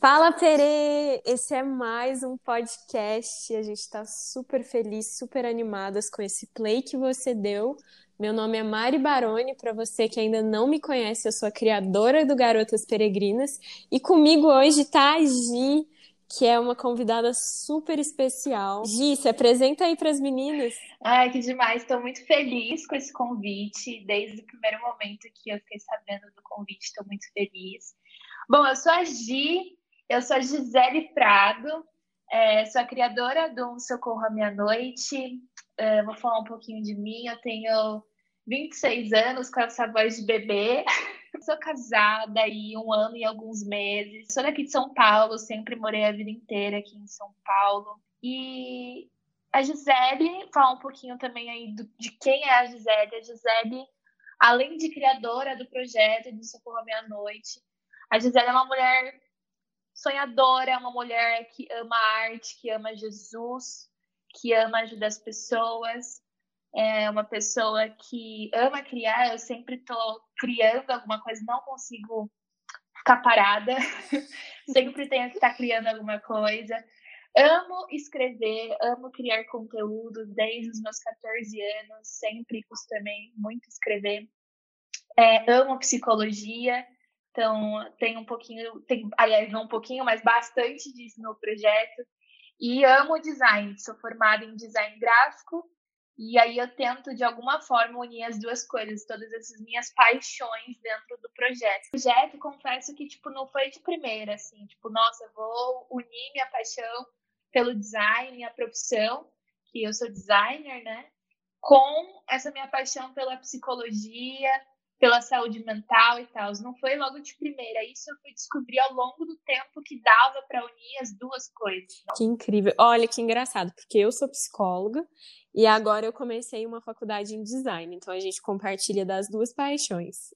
Fala, Pere! Esse é mais um podcast. A gente está super feliz, super animadas com esse play que você deu. Meu nome é Mari Baroni. Para você que ainda não me conhece, eu sou a criadora do Garotas Peregrinas. E comigo hoje tá a Gi, que é uma convidada super especial. Gi, se apresenta aí para as meninas. Ai, que demais. Estou muito feliz com esse convite. Desde o primeiro momento que eu fiquei sabendo do convite, estou muito feliz. Bom, eu sou a Gi, eu sou a Gisele Prado, sou a criadora do Socorro à Meia-Noite. Vou falar um pouquinho de mim. Eu tenho 26 anos com essa voz de bebê. Sou casada aí 1 ano e alguns meses. Sou daqui de São Paulo, sempre morei a vida inteira aqui em São Paulo. E a Gisele, falar um pouquinho também aí de quem é a Gisele. A Gisele, além de criadora do projeto do Socorro à Meia-Noite, a Gisele é uma mulher sonhadora, é uma mulher que ama a arte, que ama Jesus, que ama ajudar as pessoas. É uma pessoa que ama criar. Eu sempre estou criando alguma coisa, não consigo ficar parada. Sempre tenho que estar criando alguma coisa. Amo escrever, amo criar conteúdo desde os meus 14 anos, sempre costumei muito escrever. Amo psicologia, então tem um pouquinho, aliás, não um pouquinho, mas bastante disso no projeto. E amo design, sou formada em design gráfico, e aí eu tento, de alguma forma, unir as duas coisas, todas essas minhas paixões dentro do projeto. O projeto, confesso que, tipo, não foi de primeira, assim, tipo, nossa, vou unir minha paixão pelo design, minha profissão, que eu sou designer, né, com essa minha paixão pela psicologia, pela saúde mental e tal. Não foi logo de primeira. Isso eu fui descobrir ao longo do tempo que dava para unir as duas coisas. Que incrível. Olha que engraçado, porque eu sou psicóloga e agora eu comecei uma faculdade em design, então a gente compartilha das duas paixões.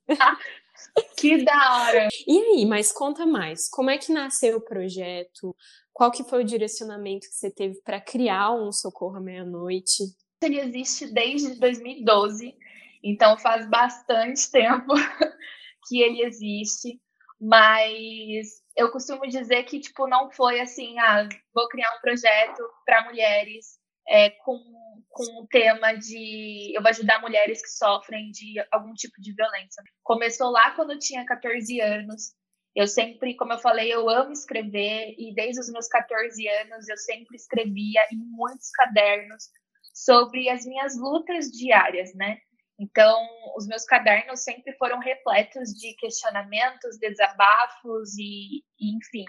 Que da hora! E aí, mas conta mais, como é que nasceu o projeto? Qual que foi o direcionamento que você teve para criar um Socorro à Meia-Noite? Ele existe desde 2012, então faz bastante tempo que ele existe, mas eu costumo dizer que, tipo, não foi assim, vou criar um projeto para mulheres com o tema de eu vou ajudar mulheres que sofrem de algum tipo de violência. Começou lá quando eu tinha 14 anos. Eu sempre, como eu falei, eu amo escrever, e desde os meus 14 anos eu sempre escrevia em muitos cadernos sobre as minhas lutas diárias, né? Então, os meus cadernos sempre foram repletos de questionamentos, desabafos e enfim.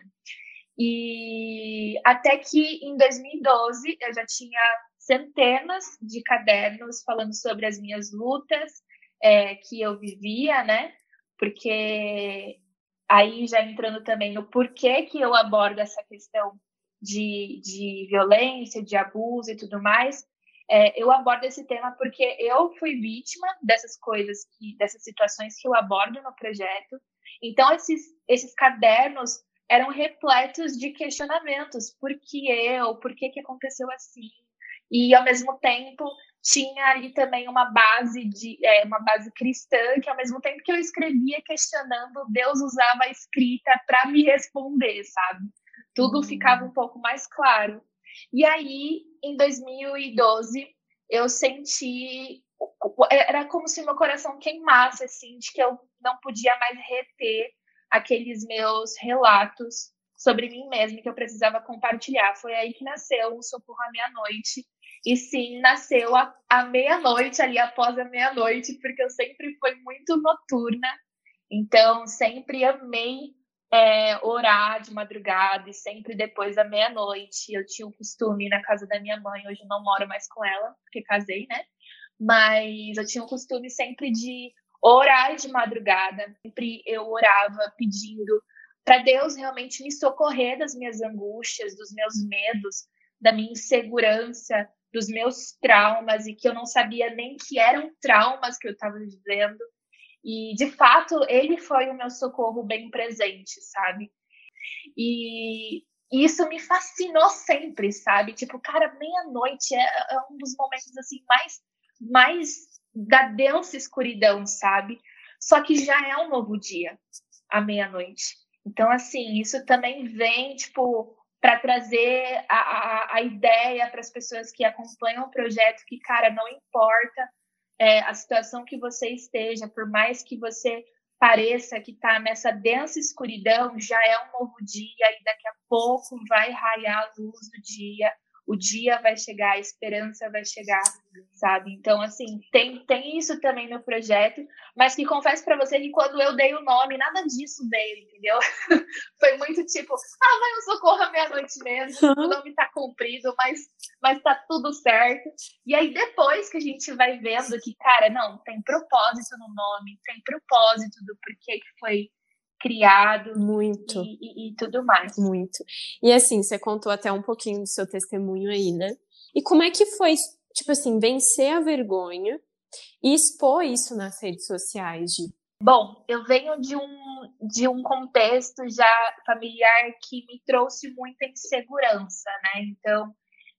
E até que em 2012 eu já tinha centenas de cadernos falando sobre as minhas lutas que eu vivia, né? Porque aí já entrando também no porquê que eu abordo essa questão de violência, de abuso e tudo mais. Eu abordo esse tema porque eu fui vítima dessas coisas, dessas situações que eu abordo no projeto. Então, esses cadernos eram repletos de questionamentos. Por que eu? Por que aconteceu assim? E, ao mesmo tempo, tinha ali também uma base cristã, que ao mesmo tempo que eu escrevia questionando, Deus usava a escrita para me responder, sabe? Tudo ficava um pouco mais claro. E aí, em 2012, eu senti. Era como se meu coração queimasse, assim, de que eu não podia mais reter aqueles meus relatos sobre mim mesma que eu precisava compartilhar. Foi aí que nasceu o Socorro à Meia-Noite. E sim, nasceu à meia-noite, ali após a meia-noite, porque eu sempre fui muito noturna. Então, sempre amei orar de madrugada e sempre depois da meia-noite. Eu tinha o costume na casa da minha mãe, hoje eu não moro mais com ela, porque casei, né? Mas eu tinha o costume sempre de orar de madrugada. Sempre eu orava pedindo para Deus realmente me socorrer das minhas angústias, dos meus medos, da minha insegurança, dos meus traumas, e que eu não sabia nem que eram traumas que eu estava vivendo. E, de fato, ele foi o meu socorro bem presente, sabe? E isso me fascinou sempre, sabe? Tipo, cara, meia-noite é um dos momentos, assim, mais da densa escuridão, sabe? Só que já é um novo dia, à meia-noite. Então, assim, isso também vem, tipo, para trazer a ideia para as pessoas que acompanham o projeto que, cara, não importa a situação que você esteja, por mais que você pareça que está nessa densa escuridão, já é um novo dia e daqui a pouco vai raiar a luz do dia, o dia vai chegar, a esperança vai chegar, sabe? Então, assim, tem isso também no projeto, mas que confesso para você que quando eu dei o nome, nada disso veio, entendeu? Foi muito tipo, vai um socorro à meia-noite mesmo, o nome tá cumprido, mas tá tudo certo. E aí depois que a gente vai vendo que, cara, não, tem propósito no nome, tem propósito do porquê que foi criado Muito, e tudo mais. muito. E assim, você contou até um pouquinho do seu testemunho aí, né? E como é que foi, tipo assim, vencer a vergonha e expor isso nas redes sociais, Gi? Bom, eu venho de um contexto já familiar que me trouxe muita insegurança, né? Então,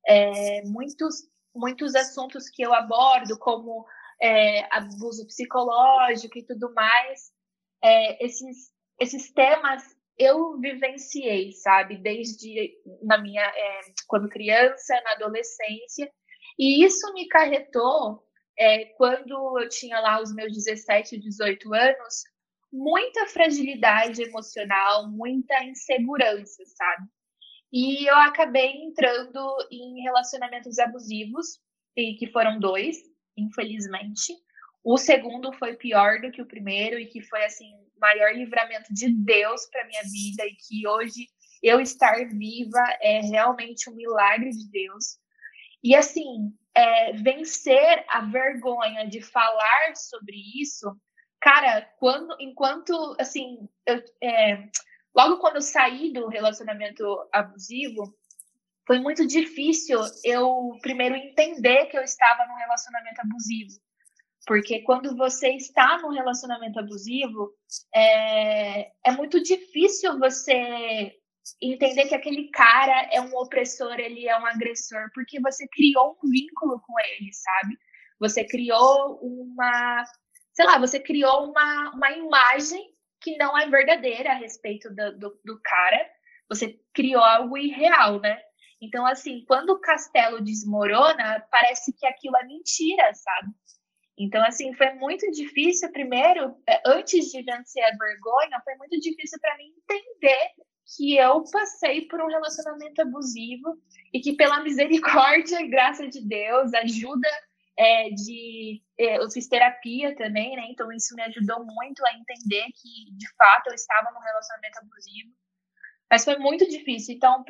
muitos assuntos que eu abordo, como abuso psicológico e tudo mais, esses temas eu vivenciei, sabe? Desde quando criança, na adolescência, e isso me carretou quando eu tinha lá os meus 17, 18 anos, muita fragilidade emocional, muita insegurança, sabe? E eu acabei entrando em relacionamentos abusivos, e que foram 2, infelizmente. O segundo foi pior do que o primeiro e que foi assim o maior livramento de Deus para minha vida e que hoje eu estar viva é realmente um milagre de Deus. E assim, vencer a vergonha de falar sobre isso, cara, enquanto assim, logo quando eu saí do relacionamento abusivo, foi muito difícil eu primeiro entender que eu estava num relacionamento abusivo. Porque quando você está num relacionamento abusivo, é muito difícil você entender que aquele cara é um opressor, ele é um agressor, porque você criou um vínculo com ele, sabe? Você criou você criou uma imagem que não é verdadeira a respeito do cara. Você criou algo irreal, né? Então, assim, quando o castelo desmorona, parece que aquilo é mentira, sabe? Então, assim, foi muito difícil, primeiro, antes de vencer a vergonha, foi muito difícil para mim entender que eu passei por um relacionamento abusivo e que, pela misericórdia e graça de Deus, ajuda eu fiz terapia também, né? Então, isso me ajudou muito a entender que, de fato, eu estava num relacionamento abusivo. Mas foi muito difícil. Então,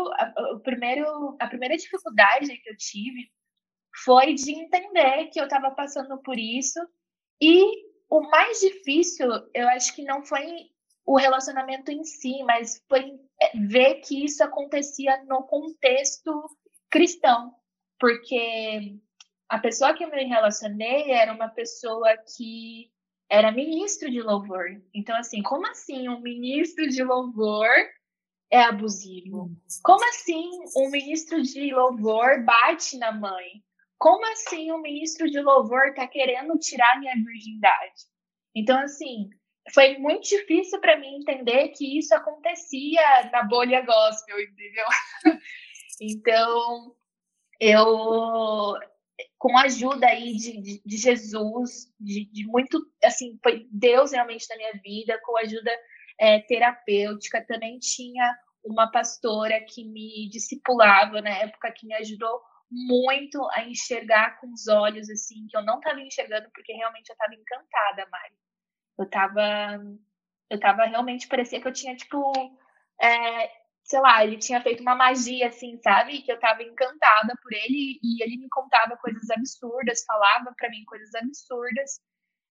a primeira dificuldade que eu tive foi de entender que eu estava passando por isso. E o mais difícil, eu acho que não foi o relacionamento em si, mas foi ver que isso acontecia no contexto cristão. Porque a pessoa que eu me relacionei era uma pessoa que era ministro de louvor. Então, assim, como assim um ministro de louvor é abusivo? Como assim um ministro de louvor bate na mãe? Como assim um ministro de louvor está querendo tirar minha virgindade? Então, assim, foi muito difícil para mim entender que isso acontecia na bolha gospel, entendeu? Então, eu, com a ajuda aí de Jesus, de muito, assim, foi Deus realmente na minha vida, com a ajuda terapêutica, também tinha uma pastora que me discipulava na época, que me ajudou muito a enxergar com os olhos, assim, que eu não estava enxergando, porque realmente eu estava encantada, Mari. Eu tava realmente, parecia que eu tinha, tipo, sei lá, ele tinha feito uma magia, assim, sabe? Que eu tava encantada por ele e ele me contava coisas absurdas, falava para mim coisas absurdas.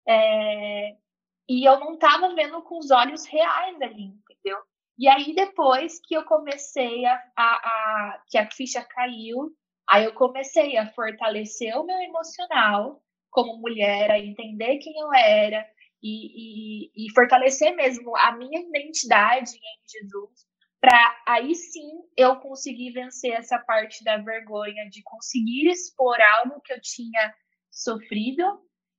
E eu não tava vendo com os olhos reais ali, entendeu? E aí, depois que eu comecei que a ficha caiu, aí eu comecei a fortalecer o meu emocional como mulher, a entender quem eu era e fortalecer mesmo a minha identidade em Jesus, para aí sim eu conseguir vencer essa parte da vergonha de conseguir expor algo que eu tinha sofrido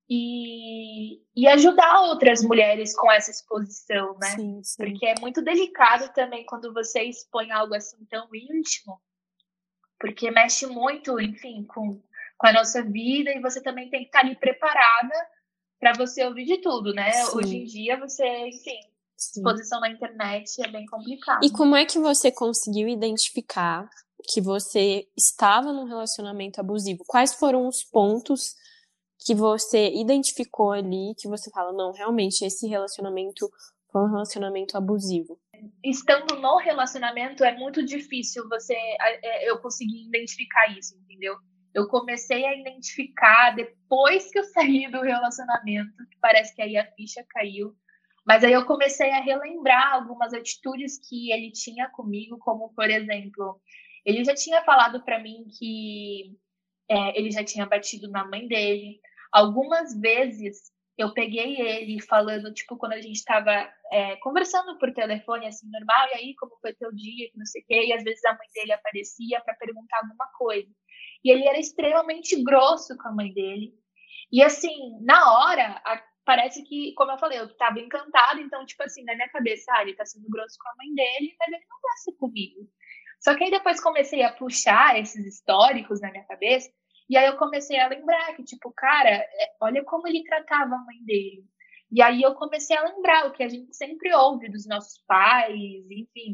e ajudar outras mulheres com essa exposição, né? Sim, sim. Porque é muito delicado também quando você expõe algo assim tão íntimo, porque mexe muito, enfim, com a nossa vida, e você também tem que estar ali preparada para você ouvir de tudo, né? Sim. Hoje em dia você, enfim, Sim. exposição na internet é bem complicado. E como é que você conseguiu identificar que você estava num relacionamento abusivo? Quais foram os pontos que você identificou ali, que você fala, não, realmente esse relacionamento foi um relacionamento abusivo? Estando no relacionamento é muito difícil eu conseguir identificar isso, entendeu? Eu comecei a identificar depois que eu saí do relacionamento, que parece que aí a ficha caiu. Mas aí eu comecei a relembrar algumas atitudes que ele tinha comigo, como, por exemplo, ele já tinha falado para mim que ele já tinha batido na mãe dele. Algumas vezes eu peguei ele falando, tipo, quando a gente estava conversando por telefone, assim, normal, e aí, como foi teu dia, que não sei o quê, e às vezes a mãe dele aparecia para perguntar alguma coisa. E ele era extremamente grosso com a mãe dele. E assim, na hora, parece que, como eu falei, eu estava encantada, então, tipo assim, na minha cabeça, ele tá sendo grosso com a mãe dele, mas ele não vai ser comigo. Só que aí depois comecei a puxar esses históricos na minha cabeça, e aí eu comecei a lembrar que, tipo, cara, olha como ele tratava a mãe dele. E aí eu comecei a lembrar o que a gente sempre ouve dos nossos pais, enfim.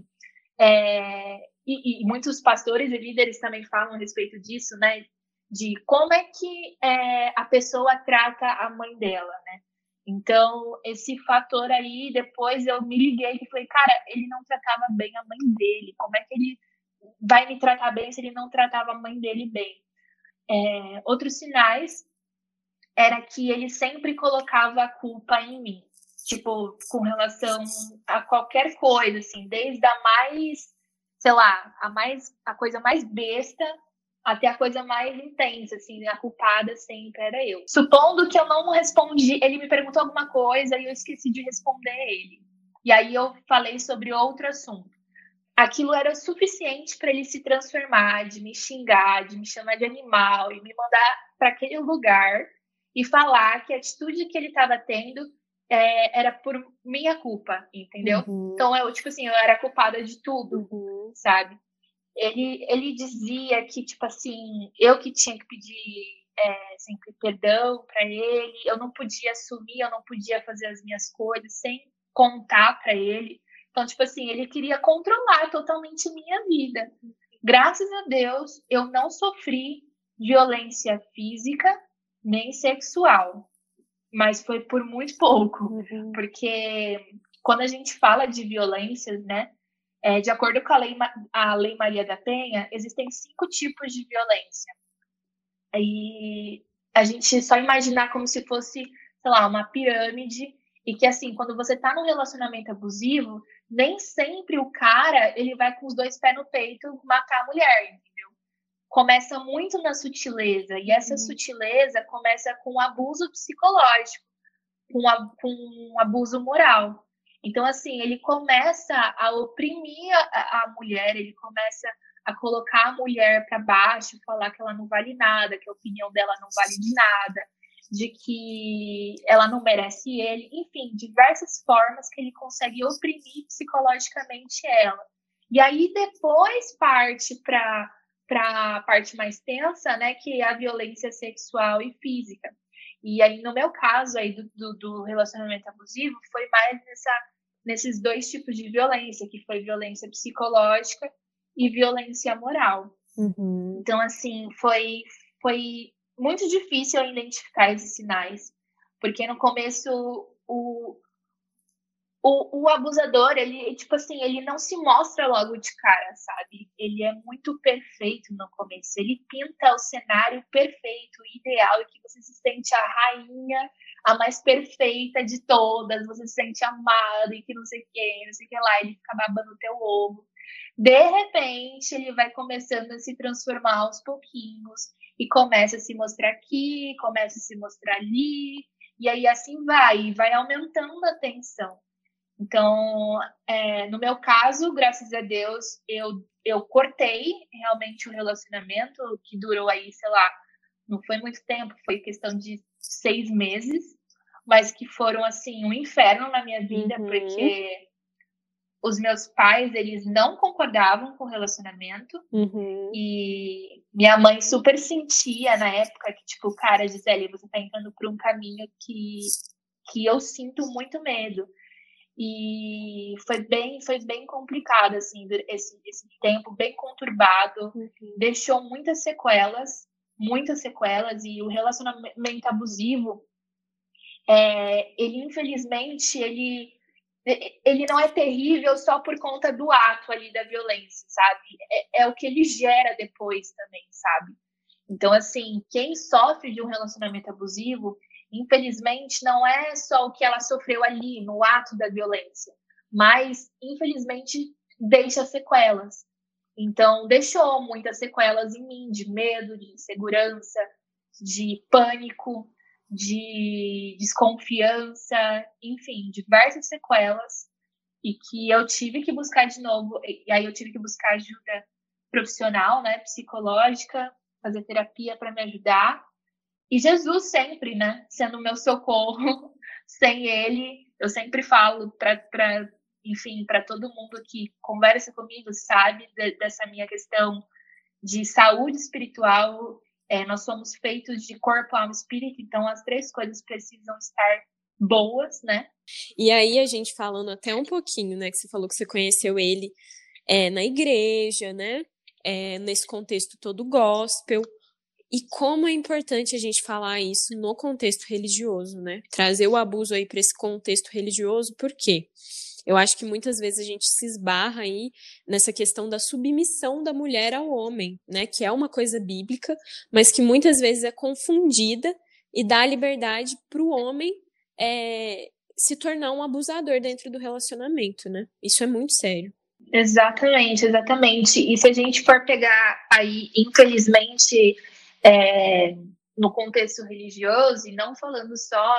E muitos pastores e líderes também falam a respeito disso, né? De como é que a pessoa trata a mãe dela, né? Então, esse fator aí, depois eu me liguei e falei, cara, ele não tratava bem a mãe dele. Como é que ele vai me tratar bem se ele não tratava a mãe dele bem? Outros sinais era que ele sempre colocava a culpa em mim. Tipo, com relação a qualquer coisa, assim, desde a mais, sei lá, a coisa mais besta até a coisa mais intensa, assim, a culpada sempre era eu. Supondo que eu não respondi, ele me perguntou alguma coisa e eu esqueci de responder ele. E aí eu falei sobre outro assunto. Aquilo era suficiente para ele se transformar, de me xingar, de me chamar de animal e me mandar para aquele lugar e falar que a atitude que ele estava tendo era por minha culpa, entendeu? Uhum. Então, tipo assim, eu era culpada de tudo, Uhum. sabe? Ele dizia que, tipo assim, eu que tinha que pedir sempre perdão para ele, eu não podia assumir, eu não podia fazer as minhas coisas sem contar para ele. Então, tipo assim, ele queria controlar totalmente minha vida. Graças a Deus, eu não sofri violência física nem sexual, mas foi por muito pouco, porque quando a gente fala de violências, né, de acordo com a Lei Maria da Penha, existem 5 tipos de violência. E a gente só imaginar como se fosse, sei lá, uma pirâmide, e que, assim, quando você tá num relacionamento abusivo, nem sempre o cara, ele vai com os 2 pés no peito matar a mulher, entendeu? Começa muito na sutileza, e essa sutileza começa com abuso psicológico, com abuso moral. Então, assim, ele começa a oprimir a mulher, ele começa a colocar a mulher para baixo, falar que ela não vale nada, que a opinião dela não vale de nada, de que ela não merece ele, enfim, diversas formas que ele consegue oprimir psicologicamente ela. E aí depois parte para a parte mais tensa, né, que é a violência sexual e física. E aí, no meu caso aí do relacionamento abusivo, foi mais nesses 2 tipos de violência, que foi violência psicológica e violência moral. Uhum. Então, assim, foi muito difícil eu identificar esses sinais, porque no começo o abusador, ele, tipo assim, ele não se mostra logo de cara, sabe? Ele é muito perfeito no começo. Ele pinta o cenário perfeito, ideal, e que você se sente a rainha, a mais perfeita de todas. Você se sente amado e que não sei o que, não sei o que lá. Ele fica babando o teu ovo. De repente, ele vai começando a se transformar aos pouquinhos e começa a se mostrar aqui, começa a se mostrar ali. E aí assim vai aumentando a tensão. Então, no meu caso, graças a Deus, eu cortei realmente o relacionamento que durou aí, sei lá, não foi muito tempo, foi questão de 6 meses, mas que foram, assim, um inferno na minha vida, porque os meus pais, eles não concordavam com o relacionamento, e minha mãe super sentia na época que, tipo, cara, Gisele, você tá entrando por um caminho que eu sinto muito medo. E foi bem complicado, assim, esse tempo bem conturbado, deixou muitas sequelas, e o relacionamento abusivo, ele, infelizmente, ele não é terrível só por conta do ato ali da violência, sabe? É o que ele gera depois também, sabe? Então, assim, quem sofre de um relacionamento abusivo, infelizmente, não é só o que ela sofreu ali, no ato da violência, mas, infelizmente, deixa sequelas. Então, deixou muitas sequelas em mim, de medo, de insegurança, de pânico, de desconfiança, enfim, diversas sequelas, e que eu tive que buscar de novo, e aí eu tive que buscar ajuda profissional, né, psicológica, fazer terapia para me ajudar. E Jesus sempre, né, sendo o meu socorro. Sem ele, eu sempre falo enfim, para todo mundo que conversa comigo, sabe dessa minha questão de saúde espiritual. Nós somos feitos de corpo, alma e espírito, então as três coisas precisam estar boas, né? E aí a gente falando até um pouquinho, né, que você falou que você conheceu ele na igreja, né, nesse contexto todo gospel, e como é importante a gente falar isso no contexto religioso, né, trazer o abuso aí para esse contexto religioso, por quê? Eu acho que muitas vezes a gente se esbarra aí nessa questão da submissão da mulher ao homem, né, que é uma coisa bíblica, mas que muitas vezes é confundida e dá liberdade para o homem se tornar um abusador dentro do relacionamento, né? Isso é muito sério. Exatamente, exatamente. E se a gente for pegar aí, infelizmente, no contexto religioso, e não falando só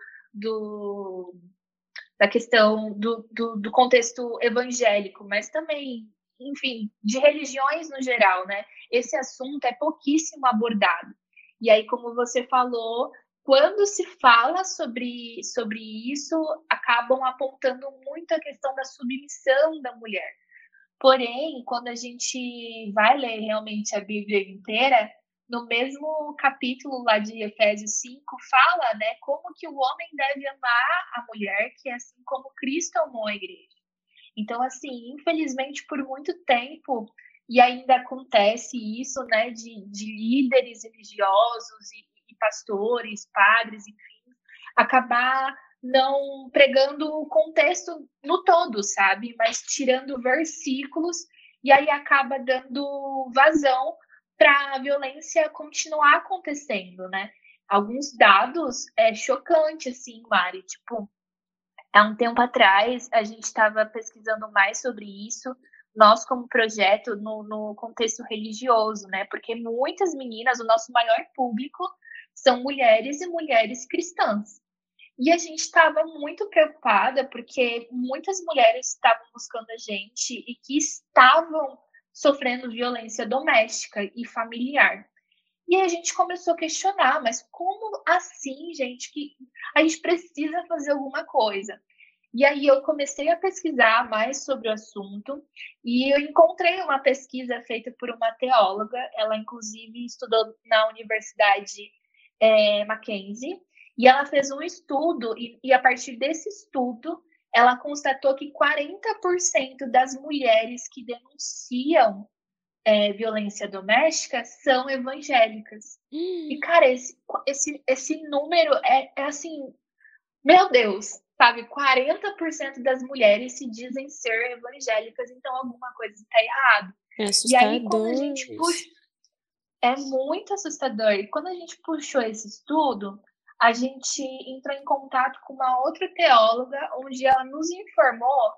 da questão do contexto evangélico, mas também, enfim, de religiões no geral, né? Esse assunto é pouquíssimo abordado. E aí, como você falou, quando se fala sobre isso, acabam apontando muito a questão da submissão da mulher. Porém, quando a gente vai ler realmente a Bíblia inteira, no mesmo capítulo lá de Efésios 5, fala, né, como que o homem deve amar a mulher, que é assim como Cristo amou a igreja. Então, assim, infelizmente, por muito tempo, e ainda acontece isso, né, de líderes religiosos e pastores, padres, enfim, acabar não pregando o contexto no todo, sabe? Mas tirando versículos, e aí acaba dando vazão para a violência continuar acontecendo, né? Alguns dados chocantes, assim, Mari. Tipo, há um tempo atrás, a gente estava pesquisando mais sobre isso, nós como projeto, no contexto religioso, né? Porque muitas meninas, o nosso maior público, são mulheres e mulheres cristãs. E a gente estava muito preocupada porque muitas mulheres estavam buscando a gente e que estavam sofrendo violência doméstica e familiar. E a gente começou a questionar, mas como assim, gente, que a gente precisa fazer alguma coisa? E aí eu comecei a pesquisar mais sobre o assunto e eu encontrei uma pesquisa feita por uma teóloga, ela inclusive estudou na Universidade Mackenzie, e ela fez um estudo, e a partir desse estudo, ela constatou que 40% das mulheres que denunciam violência doméstica são evangélicas. E, cara, esse número é assim, meu Deus, sabe? 40% das mulheres se dizem ser evangélicas, então alguma coisa está errada. É E aí, assustador quando a gente puxa. É muito assustador. E quando a gente puxou esse estudo, a gente entrou em contato com uma outra teóloga, onde ela nos informou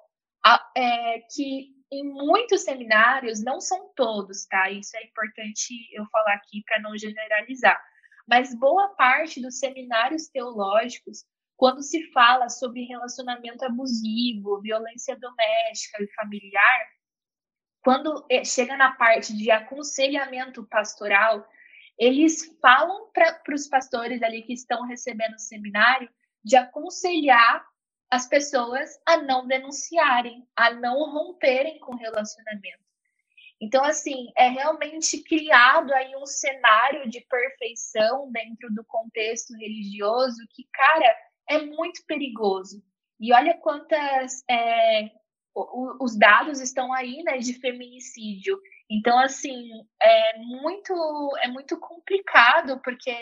que em muitos seminários, não são todos, tá? Isso é importante eu falar aqui para não generalizar. Mas boa parte dos seminários teológicos, quando se fala sobre relacionamento abusivo, violência doméstica e familiar, quando chega na parte de aconselhamento pastoral, eles falam para os pastores ali que estão recebendo o seminário de aconselhar as pessoas a não denunciarem, a não romperem com o relacionamento. Então, assim, é realmente criado aí um cenário de perfeição dentro do contexto religioso que, cara, é muito perigoso. E olha quantas os dados estão aí, né, de feminicídio. Então, assim, é muito complicado, porque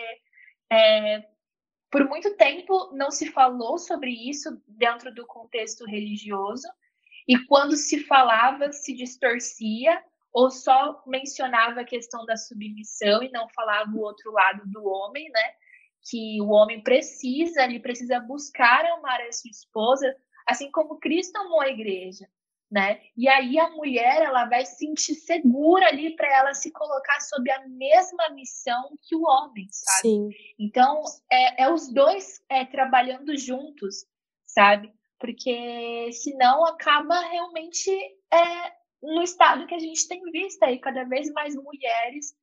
por muito tempo não se falou sobre isso dentro do contexto religioso, e quando se falava, se distorcia, ou só mencionava a questão da submissão e não falava o outro lado do homem, né? Que o homem ele precisa buscar amar a sua esposa, assim como Cristo amou a igreja, né? E aí a mulher, ela vai se sentir segura ali para ela se colocar sob a mesma missão que o homem, sabe? Sim. Então, os dois trabalhando juntos, sabe? Porque senão acaba realmente no estado que a gente tem visto aí, cada vez mais mulheres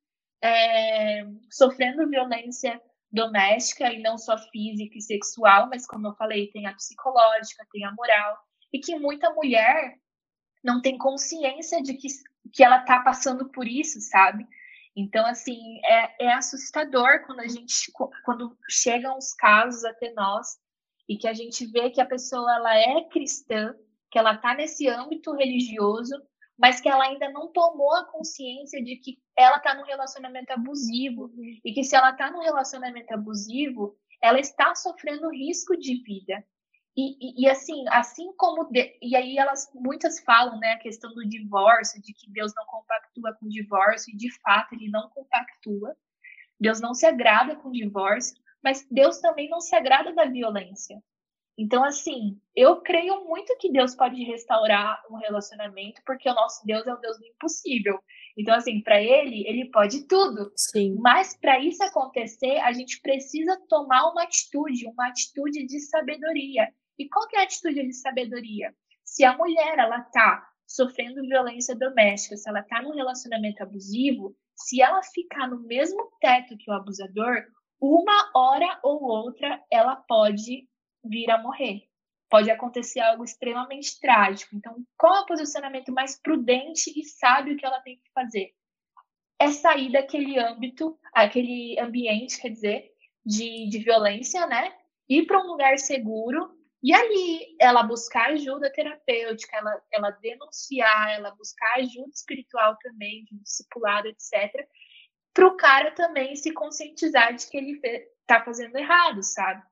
sofrendo violência doméstica, e não só física e sexual, mas como eu falei, tem a psicológica, tem a moral, e que muita mulher não tem consciência de que ela está passando por isso, sabe? Então, assim, é assustador quando chegam os casos até nós e que a gente vê que a pessoa ela é cristã, que ela está nesse âmbito religioso, mas que ela ainda não tomou a consciência de que ela está num relacionamento abusivo e que se ela está num relacionamento abusivo, ela está sofrendo risco de vida. E assim como... E aí muitas falam, né, a questão do divórcio, de que Deus não compactua com o divórcio, e de fato ele não compactua. Deus não se agrada com o divórcio, mas Deus também não se agrada da violência. Então, assim, eu creio muito que Deus pode restaurar um relacionamento, porque o nosso Deus é o Deus do impossível. Então, assim, para ele pode tudo. Sim. Mas para isso acontecer, a gente precisa tomar uma atitude de sabedoria. E qual que é a atitude de sabedoria? Se a mulher, ela tá sofrendo violência doméstica, se ela tá num relacionamento abusivo, se ela ficar no mesmo teto que o abusador, uma hora ou outra, ela pode vir a morrer. Pode acontecer algo extremamente trágico. Então, qual é o posicionamento mais prudente e sábio que ela tem que fazer? É sair daquele aquele ambiente, quer dizer, de violência, né? Ir para um lugar seguro e ali ela buscar ajuda terapêutica, ela denunciar, ela buscar ajuda espiritual também, de discipulado, etc. Para o cara também se conscientizar de que ele está fazendo errado, sabe?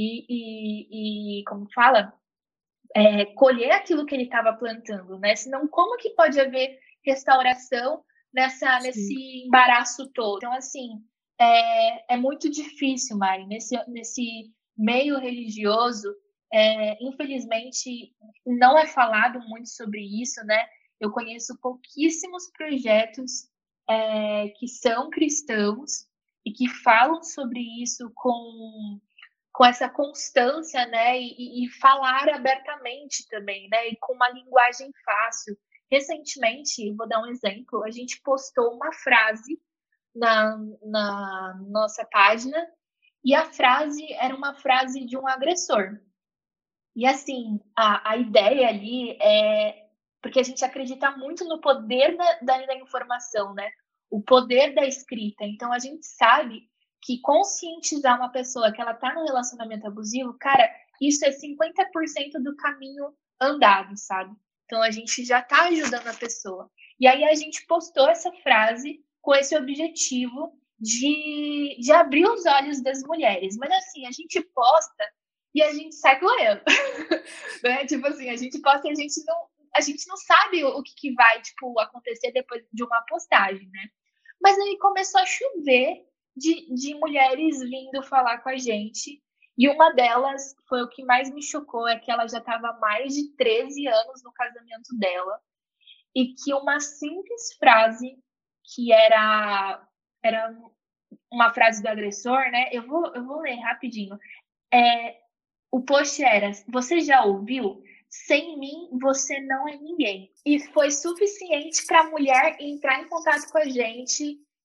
E como fala, colher aquilo que ele estava plantando, né? Senão, como que pode haver restauração nesse embaraço todo? Então, assim, é muito difícil, Mari, nesse meio religioso, infelizmente, não é falado muito sobre isso, né? Eu conheço pouquíssimos projetos que são cristãos e que falam sobre isso com essa constância, né, e falar abertamente também, né, e com uma linguagem fácil. Recentemente, vou dar um exemplo, a gente postou uma frase na nossa página, e a frase era uma frase de um agressor. E assim, a ideia ali é... Porque a gente acredita muito no poder da informação, né? O poder da escrita. Então, a gente sabe que conscientizar uma pessoa que ela tá num relacionamento abusivo, cara, isso é 50% do caminho andado, sabe? Então, a gente já tá ajudando a pessoa. E aí, a gente postou essa frase com esse objetivo de abrir os olhos das mulheres. Mas, assim, a gente posta e a gente sai correndo. Né? Tipo assim, a gente posta e a gente não sabe o que vai, tipo, acontecer depois de uma postagem, né? Mas aí começou a chover de mulheres vindo falar com a gente. E uma delas, foi o que mais me chocou, é que ela já estava há mais de 13 anos no casamento dela. E que uma simples frase, que era uma frase do agressor, né? Eu vou ler rapidinho. O post era: você já ouviu? Sem mim, você não é ninguém. E foi suficiente para a mulher entrar em contato com a gente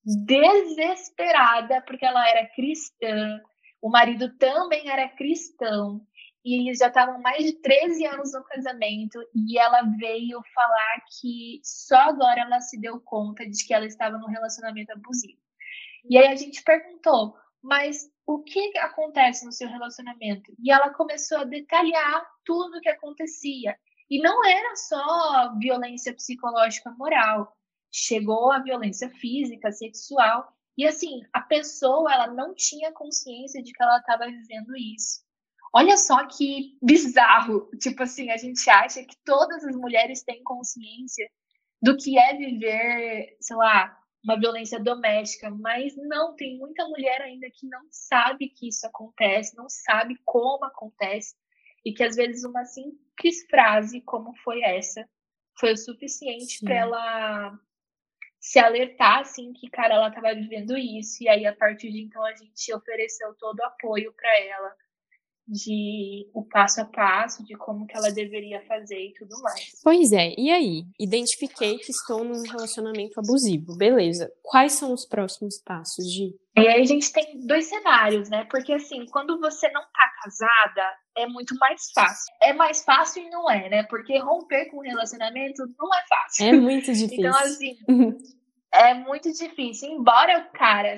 desesperada, porque ela era cristã, o marido também era cristão, e eles já estavam mais de 13 anos no casamento, e ela veio falar que só agora ela se deu conta de que ela estava num relacionamento abusivo. E aí a gente perguntou, mas o que acontece no seu relacionamento? E ela começou a detalhar tudo o que acontecia. E não era só violência psicológica moral, chegou a violência física, sexual. E assim, a pessoa ela não tinha consciência de que ela estava vivendo isso. Olha só que bizarro. Tipo assim, a gente acha que todas as mulheres têm consciência do que é viver, sei lá, uma violência doméstica, mas não, tem muita mulher ainda que não sabe que isso acontece, não sabe como acontece, e que às vezes uma simples frase como foi essa foi o suficiente para ela se alertar, assim, que, cara, ela estava vivendo isso, e aí a partir de então a gente ofereceu todo o apoio para ela, de o passo a passo, de como que ela deveria fazer e tudo mais. Pois é, e aí? Identifiquei que estou num relacionamento abusivo, beleza. Quais são os próximos passos, Gi? E aí a gente tem 2 cenários, né? Porque assim, quando você não tá casada, é muito mais fácil. É mais fácil e não é, né? Porque romper com um relacionamento não é fácil. É muito difícil. Então, assim, é muito difícil. Embora o cara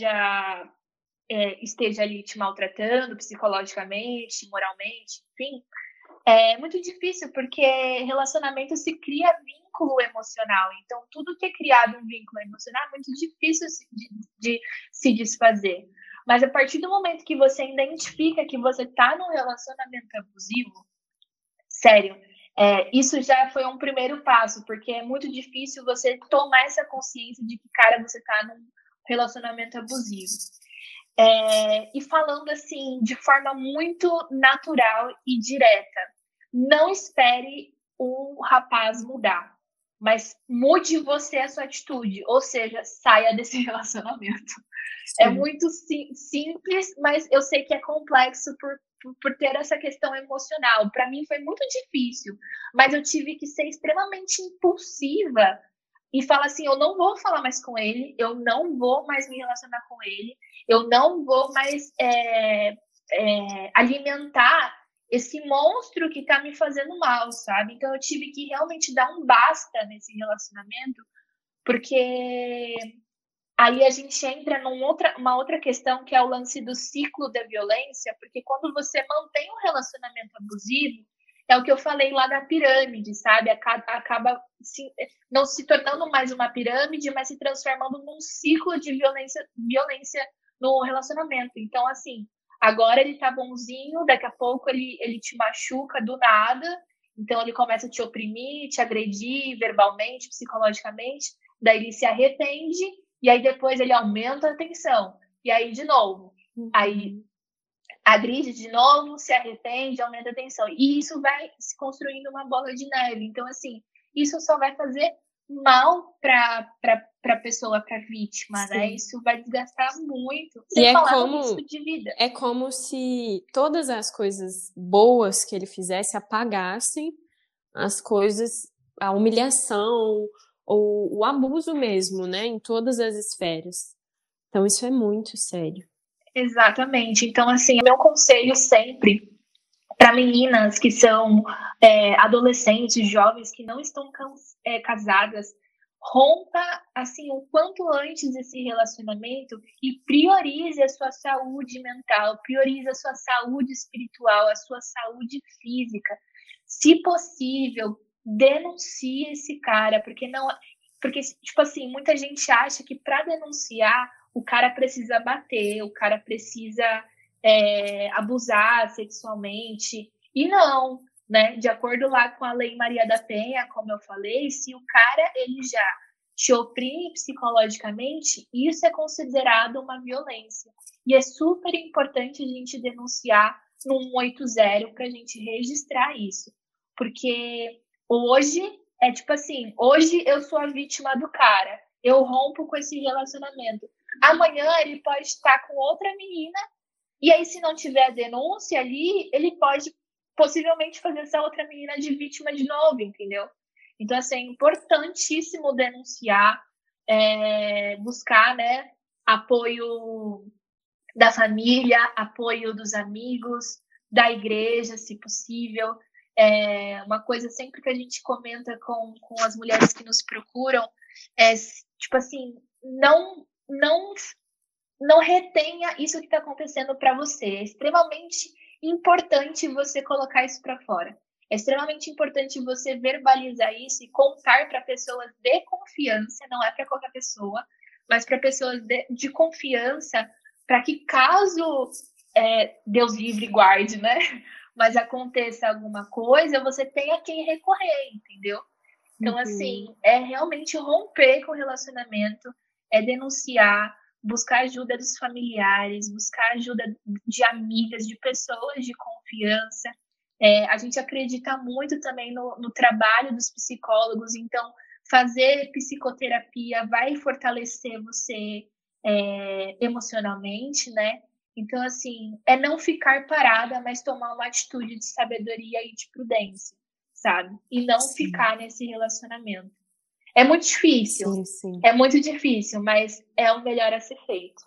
esteja ali te maltratando psicologicamente, moralmente, enfim, é muito difícil, porque relacionamento se cria vínculo emocional. Então, tudo que é criado um vínculo emocional é muito difícil de se desfazer. Mas a partir do momento que você identifica que você está num relacionamento abusivo, sério, isso já foi um primeiro passo, porque é muito difícil você tomar essa consciência de que, cara, você está num relacionamento abusivo. E falando assim, de forma muito natural e direta, não espere o rapaz mudar, mas mude você a sua atitude, ou seja, saia desse relacionamento. Sim. É muito simples, mas eu sei que é complexo por ter essa questão emocional. Para mim foi muito difícil, mas eu tive que ser extremamente impulsiva e falar assim, eu não vou falar mais com ele, eu não vou mais me relacionar com ele, eu não vou mais alimentar esse monstro que tá me fazendo mal, sabe? Então eu tive que realmente dar um basta nesse relacionamento, porque aí a gente entra uma outra questão, que é o lance do ciclo da violência, porque quando você mantém um relacionamento abusivo, é o que eu falei lá da pirâmide, sabe? Acaba não se tornando mais uma pirâmide, mas se transformando num ciclo de violência no relacionamento. Então, assim, agora ele tá bonzinho, daqui a pouco ele te machuca do nada, então ele começa a te oprimir, te agredir verbalmente, psicologicamente, daí ele se arrepende, e aí depois ele aumenta a tensão, e aí de novo, aí agride de novo, se arrepende, aumenta a tensão, e isso vai se construindo uma bola de neve. Então, assim, isso só vai fazer mal para a pessoa, para a vítima, sim, né? Isso vai desgastar muito, sem falar no risco de vida. É como se todas as coisas boas que ele fizesse apagassem as coisas, a humilhação ou o abuso mesmo, né? Em todas as esferas. Então, isso é muito sério. Exatamente. Então, assim, meu conselho sempre para meninas que são adolescentes, jovens, que não estão casadas, rompa assim o quanto antes esse relacionamento e priorize a sua saúde mental, priorize a sua saúde espiritual, a sua saúde física. Se possível, denuncie esse cara, porque tipo assim, muita gente acha que para denunciar o cara precisa bater, o cara precisa abusar sexualmente, e não, né? De acordo lá com a Lei Maria da Penha, como eu falei, se o cara ele já te oprime psicologicamente, isso é considerado uma violência. E é super importante a gente denunciar no 180 para a gente registrar isso. Porque hoje é tipo assim, hoje eu sou a vítima do cara, eu rompo com esse relacionamento. Amanhã ele pode estar com outra menina, e aí se não tiver a denúncia ali, ele pode possivelmente fazer essa outra menina de vítima de novo, entendeu? Então, assim, é importantíssimo denunciar. buscar, né, apoio da família, apoio dos amigos, da igreja, se possível. Uma coisa sempre que a gente comenta com as mulheres que nos procuram é, tipo assim, não retenha isso que está acontecendo para você. É extremamente importante você colocar isso para fora. É extremamente importante você verbalizar isso e contar para pessoas de confiança, não é para qualquer pessoa, mas para pessoas de confiança, para que caso Deus livre e guarde, né? Mas aconteça alguma coisa, você tenha quem recorrer, entendeu? Então, assim, é realmente romper com o relacionamento, é denunciar, buscar ajuda dos familiares, buscar ajuda de amigas, de pessoas de confiança. A gente acredita muito também no trabalho dos psicólogos, então fazer psicoterapia vai fortalecer você emocionalmente, né? Então, assim, é não ficar parada, mas tomar uma atitude de sabedoria e de prudência, sabe? E não ficar nesse relacionamento. É muito difícil, mas é o melhor a ser feito.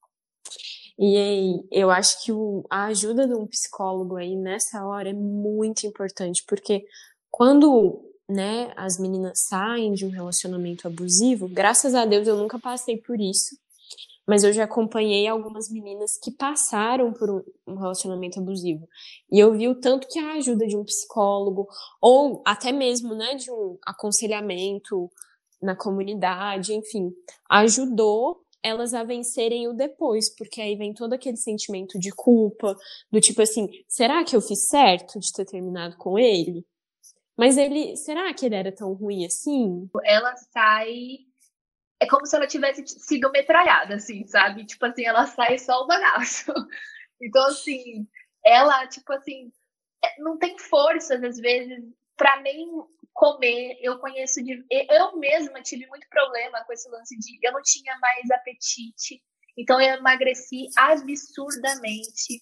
E eu acho que a ajuda de um psicólogo aí nessa hora é muito importante, porque quando, né, as meninas saem de um relacionamento abusivo, graças a Deus eu nunca passei por isso, mas eu já acompanhei algumas meninas que passaram por um relacionamento abusivo. E eu vi o tanto que a ajuda de um psicólogo, ou até mesmo, né, de um aconselhamento na comunidade, enfim, ajudou elas a vencerem o depois, porque aí vem todo aquele sentimento de culpa, do tipo assim, será que eu fiz certo de ter terminado com ele? Mas será que ele era tão ruim assim? Ela sai, é como se ela tivesse sido metralhada, assim, sabe? Tipo assim, ela sai só o bagaço. Então, assim, ela, tipo assim, não tem forças, às vezes, pra nem comer. Eu mesma tive muito problema com esse lance de eu não tinha mais apetite, então eu emagreci absurdamente.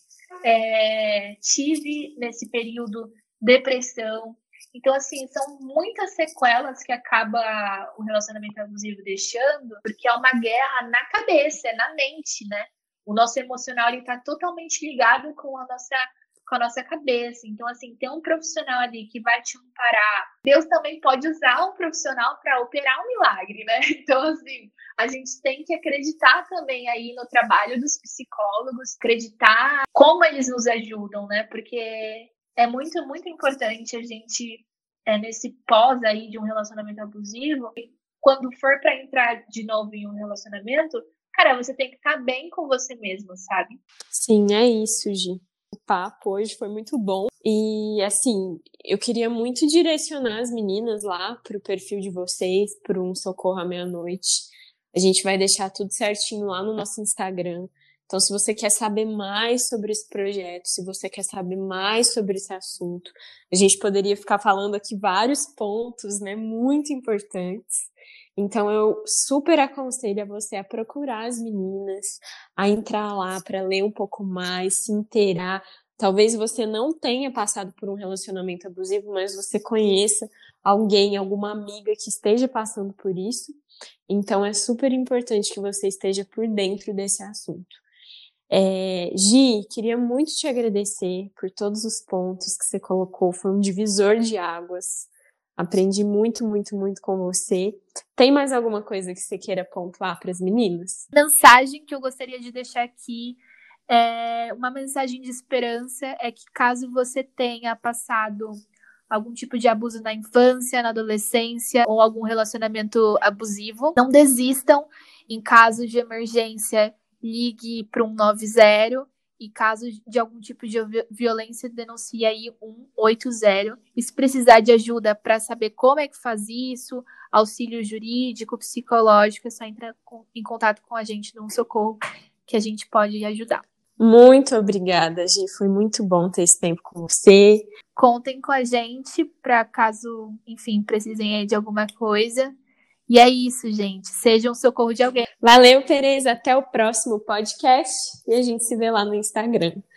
Tive nesse período depressão. Então, assim, são muitas sequelas que acaba o relacionamento abusivo deixando, porque é uma guerra na cabeça, na mente, né? O nosso emocional está totalmente ligado com a nossa cabeça. Então, assim, ter um profissional ali que vai te amparar. Deus também pode usar um profissional para operar um milagre, né? Então, assim, a gente tem que acreditar também aí no trabalho dos psicólogos, acreditar como eles nos ajudam, né? Porque é muito, muito importante a gente, nesse pós aí de um relacionamento abusivo, quando for para entrar de novo em um relacionamento, cara, você tem que estar bem com você mesmo, sabe? Sim, é isso, Gi. O papo hoje foi muito bom. E, assim, eu queria muito direcionar as meninas lá pro perfil de vocês, pro Um Socorro à Meia-Noite. A gente vai deixar tudo certinho lá no nosso Instagram. Então, se você quer saber mais sobre esse projeto, se você quer saber mais sobre esse assunto, a gente poderia ficar falando aqui vários pontos, né, muito importantes. Então, eu super aconselho a você a procurar as meninas, a entrar lá para ler um pouco mais, se inteirar. Talvez você não tenha passado por um relacionamento abusivo, mas você conheça alguém, alguma amiga que esteja passando por isso. Então, é super importante que você esteja por dentro desse assunto. Gi, queria muito te agradecer por todos os pontos que você colocou. Foi um divisor de águas. Aprendi muito, muito, muito com você. Tem mais alguma coisa que você queira pontuar para as meninas? Mensagem que eu gostaria de deixar aqui uma mensagem de esperança é que caso você tenha passado algum tipo de abuso na infância, na adolescência ou algum relacionamento abusivo, não desistam. Em caso de emergência, ligue para 190 e caso de algum tipo de violência, denuncie aí 180. E se precisar de ajuda para saber como é que faz isso, auxílio jurídico, psicológico, é só entrar em contato com a gente no Socorro que a gente pode ajudar. Muito obrigada, Gi. Foi muito bom ter esse tempo com você. Contem com a gente para caso, enfim, precisem aí de alguma coisa. E é isso, gente. Seja um socorro de alguém. Valeu, Tereza. Até o próximo podcast e a gente se vê lá no Instagram.